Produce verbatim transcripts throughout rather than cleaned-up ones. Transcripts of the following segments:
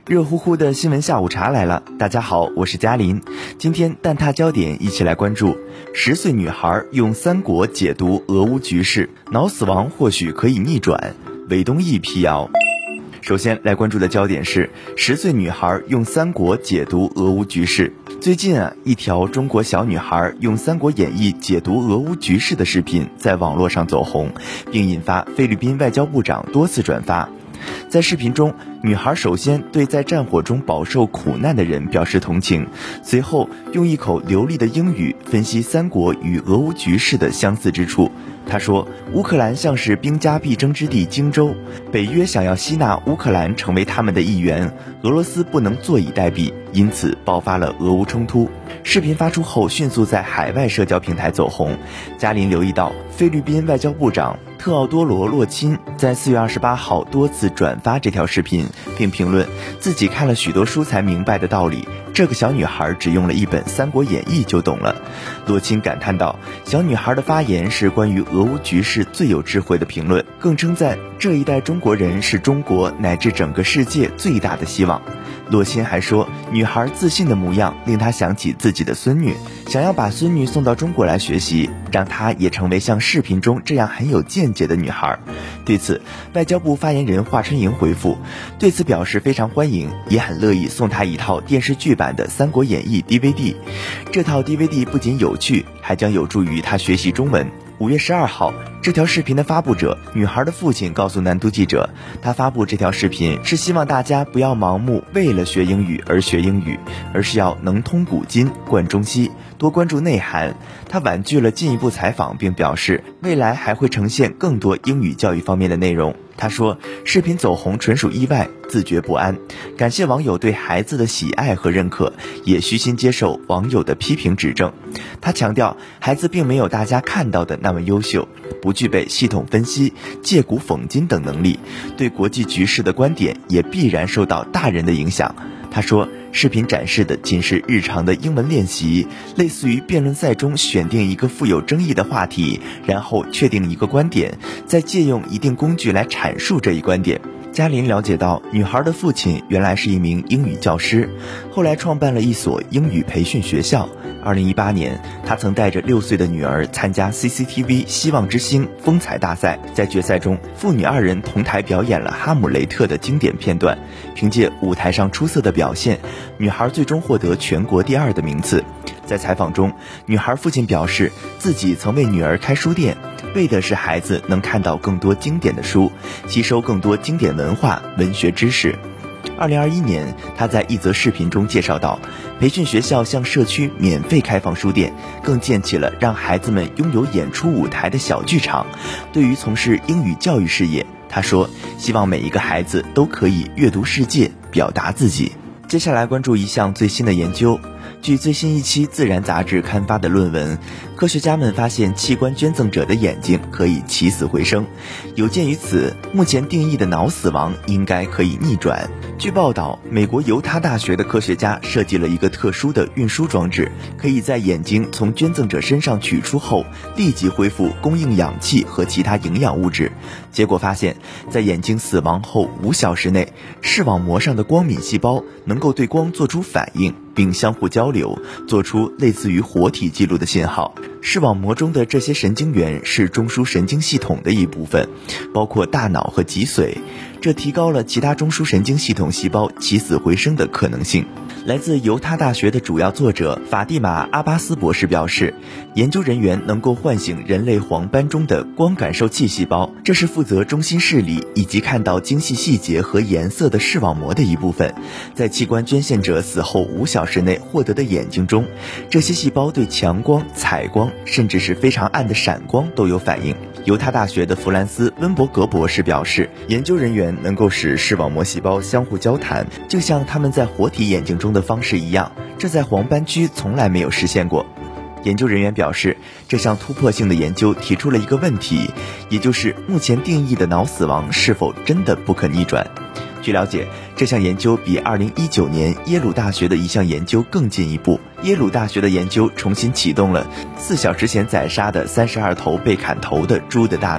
热乎乎的新闻下午茶来了，大家好，我是嘉林。今天蛋挞焦点一起来关注：十岁女孩用三国解读俄乌局势，脑死亡或许可以逆转，韦东奕辟谣。首先来关注的焦点是十岁女孩用三国解读俄乌局势。最近啊，一条中国小女孩用《三国演义》解读俄乌局势的视频在网络上走红，并引发菲律宾外交部长多次转发。在视频中，女孩首先对在战火中饱受苦难的人表示同情，随后用一口流利的英语分析三国与俄乌局势的相似之处。她说，乌克兰像是兵家必争之地荆州，北约想要吸纳乌克兰成为他们的一员，俄罗斯不能坐以待毙，因此爆发了俄乌冲突。视频发出后迅速在海外社交平台走红。嘉林留意到，菲律宾外交部长特奥多罗·洛钦在四月二十八号多次转发这条视频，并评论自己看了许多书才明白的道理，这个小女孩只用了一本《三国演义》就懂了。洛钦感叹道，小女孩的发言是关于俄乌局势最有智慧的评论，更称赞这一代中国人是中国乃至整个世界最大的希望。洛钦还说，女孩自信的模样令他想起自己的孙女，想要把孙女送到中国来学习，让她也成为像视频中这样很有见解的女孩。对此，外交部发言人华春莹回复，对此表示非常欢迎，也很乐意送她一套电视剧版的《三国演义》D V D。这套 D V D 不仅有趣，还将有助于她学习中文。五月十二号，这条视频的发布者女孩的父亲告诉南都记者，他发布这条视频是希望大家不要盲目为了学英语而学英语，而是要能通古今，贯中西，多关注内涵。他婉拒了进一步采访，并表示未来还会呈现更多英语教育方面的内容。他说，视频走红纯属意外，自觉不安，感谢网友对孩子的喜爱和认可，也虚心接受网友的批评指正。他强调，孩子并没有大家看到的那么优秀，不具备系统分析、借古讽今等能力，对国际局势的观点也必然受到大人的影响。他说，视频展示的仅是日常的英文练习，类似于辩论赛中选定一个富有争议的话题，然后确定一个观点，再借用一定工具来阐述这一观点。嘉林了解到，女孩的父亲原来是一名英语教师，后来创办了一所英语培训学校。二零一八年，他曾带着六岁的女儿参加 C C T V 希望之星风采大赛，在决赛中，父女二人同台表演了哈姆雷特的经典片段。凭借舞台上出色的表现，女孩最终获得全国第二的名次。在采访中，女孩父亲表示，自己曾为女儿开书店，为的是孩子能看到更多经典的书，吸收更多经典文化、文学知识。二零二一年，他在一则视频中介绍到，培训学校向社区免费开放书店，更建起了让孩子们拥有演出舞台的小剧场。对于从事英语教育事业，他说，希望每一个孩子都可以阅读世界，表达自己。接下来关注一项最新的研究。据最新一期《自然》杂志刊发的论文，科学家们发现器官捐赠者的眼睛可以起死回生。有鉴于此，目前定义的脑死亡应该可以逆转。据报道，美国犹他大学的科学家设计了一个特殊的运输装置，可以在眼睛从捐赠者身上取出后，立即恢复供应氧气和其他营养物质。结果发现，在眼睛死亡后五小时内，视网膜上的光敏细胞能够对光做出反应，并相互交流，做出类似于活体记录的信号。视网膜中的这些神经元是中枢神经系统的一部分，包括大脑和脊髓，这提高了其他中枢神经系统细胞起死回生的可能性。来自犹他大学的主要作者法蒂玛·阿巴斯博士表示，研究人员能够唤醒人类黄斑中的光感受器细胞，这是负责中心视力以及看到精细细节和颜色的视网膜的一部分。在器官捐献者死后五小时内获得的眼睛中，这些细胞对强光、采光，甚至是非常暗的闪光都有反应。犹他大学的弗兰斯·温伯格博士表示，研究人员能够使视网膜细胞相互交谈，就像他们在活体眼睛中的方式一样，这在黄斑区从来没有实现过。研究人员表示，这项突破性的研究提出了一个问题，也就是目前定义的脑死亡是否真的不可逆转。据了解，这项研究比二零一九年耶鲁大学的一项研究更进一步。耶鲁大学的研究重新启动了四小时前宰杀的三十二头被砍头的猪的大脑。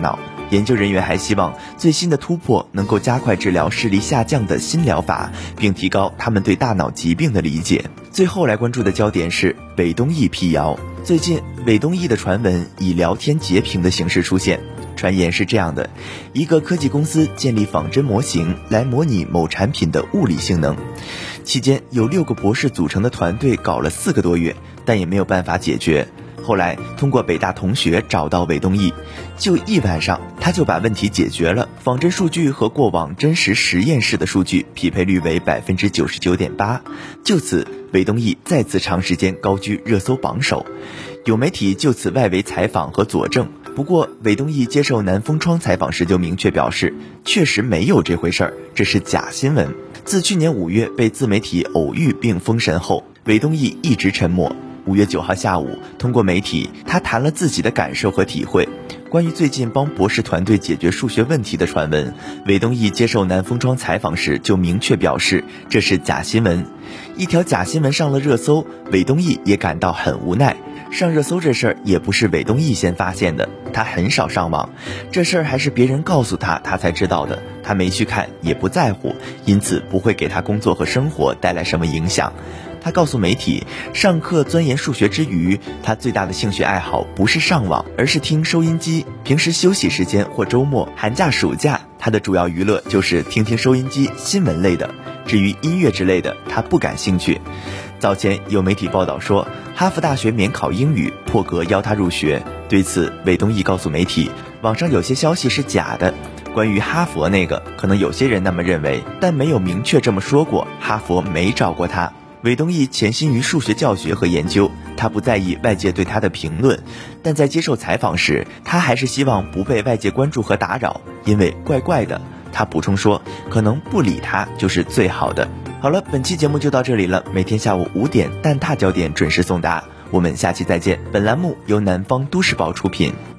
研究人员还希望最新的突破能够加快治疗视力下降的新疗法，并提高他们对大脑疾病的理解。最后来关注的焦点是韦东奕辟谣。最近韦东奕的传闻以聊天截屏的形式出现，传言是这样的：一个科技公司建立仿真模型来模拟某产品的物理性能，期间有六个博士组成的团队搞了四个多月，但也没有办法解决。后来通过北大同学找到韦东奕，就一晚上他就把问题解决了。仿真数据和过往真实实验室的数据匹配率为 百分之九十九点八， 就此韦东奕再次长时间高居热搜榜首。有媒体就此外围采访和佐证，不过韦东奕接受南风窗采访时就明确表示，确实没有这回事儿，这是假新闻。自去年五月被自媒体偶遇并封神后，韦东奕一直沉默。五月九号下午，通过媒体，他谈了自己的感受和体会。关于最近帮博士团队解决数学问题的传闻，韦东奕接受南风窗采访时就明确表示，这是假新闻。一条假新闻上了热搜，韦东奕也感到很无奈。上热搜这事儿也不是韦东奕先发现的，他很少上网，这事儿还是别人告诉他，他才知道的。他没去看，也不在乎，因此不会给他工作和生活带来什么影响。他告诉媒体，上课钻研数学之余，他最大的兴趣爱好不是上网，而是听收音机。平时休息时间或周末、寒假、暑假，他的主要娱乐就是听听收音机新闻类的，至于音乐之类的，他不感兴趣。早前有媒体报道说，哈佛大学免考英语，破格邀他入学。对此，韦东奕告诉媒体，网上有些消息是假的，关于哈佛那个，可能有些人那么认为，但没有明确这么说过，哈佛没找过他。韦东奕潜心于数学教学和研究，他不在意外界对他的评论，但在接受采访时，他还是希望不被外界关注和打扰，因为怪怪的。他补充说，可能不理他就是最好的。好了，本期节目就到这里了，每天下午五点蛋挞焦点准时送达，我们下期再见。本栏目由南方都市报出品。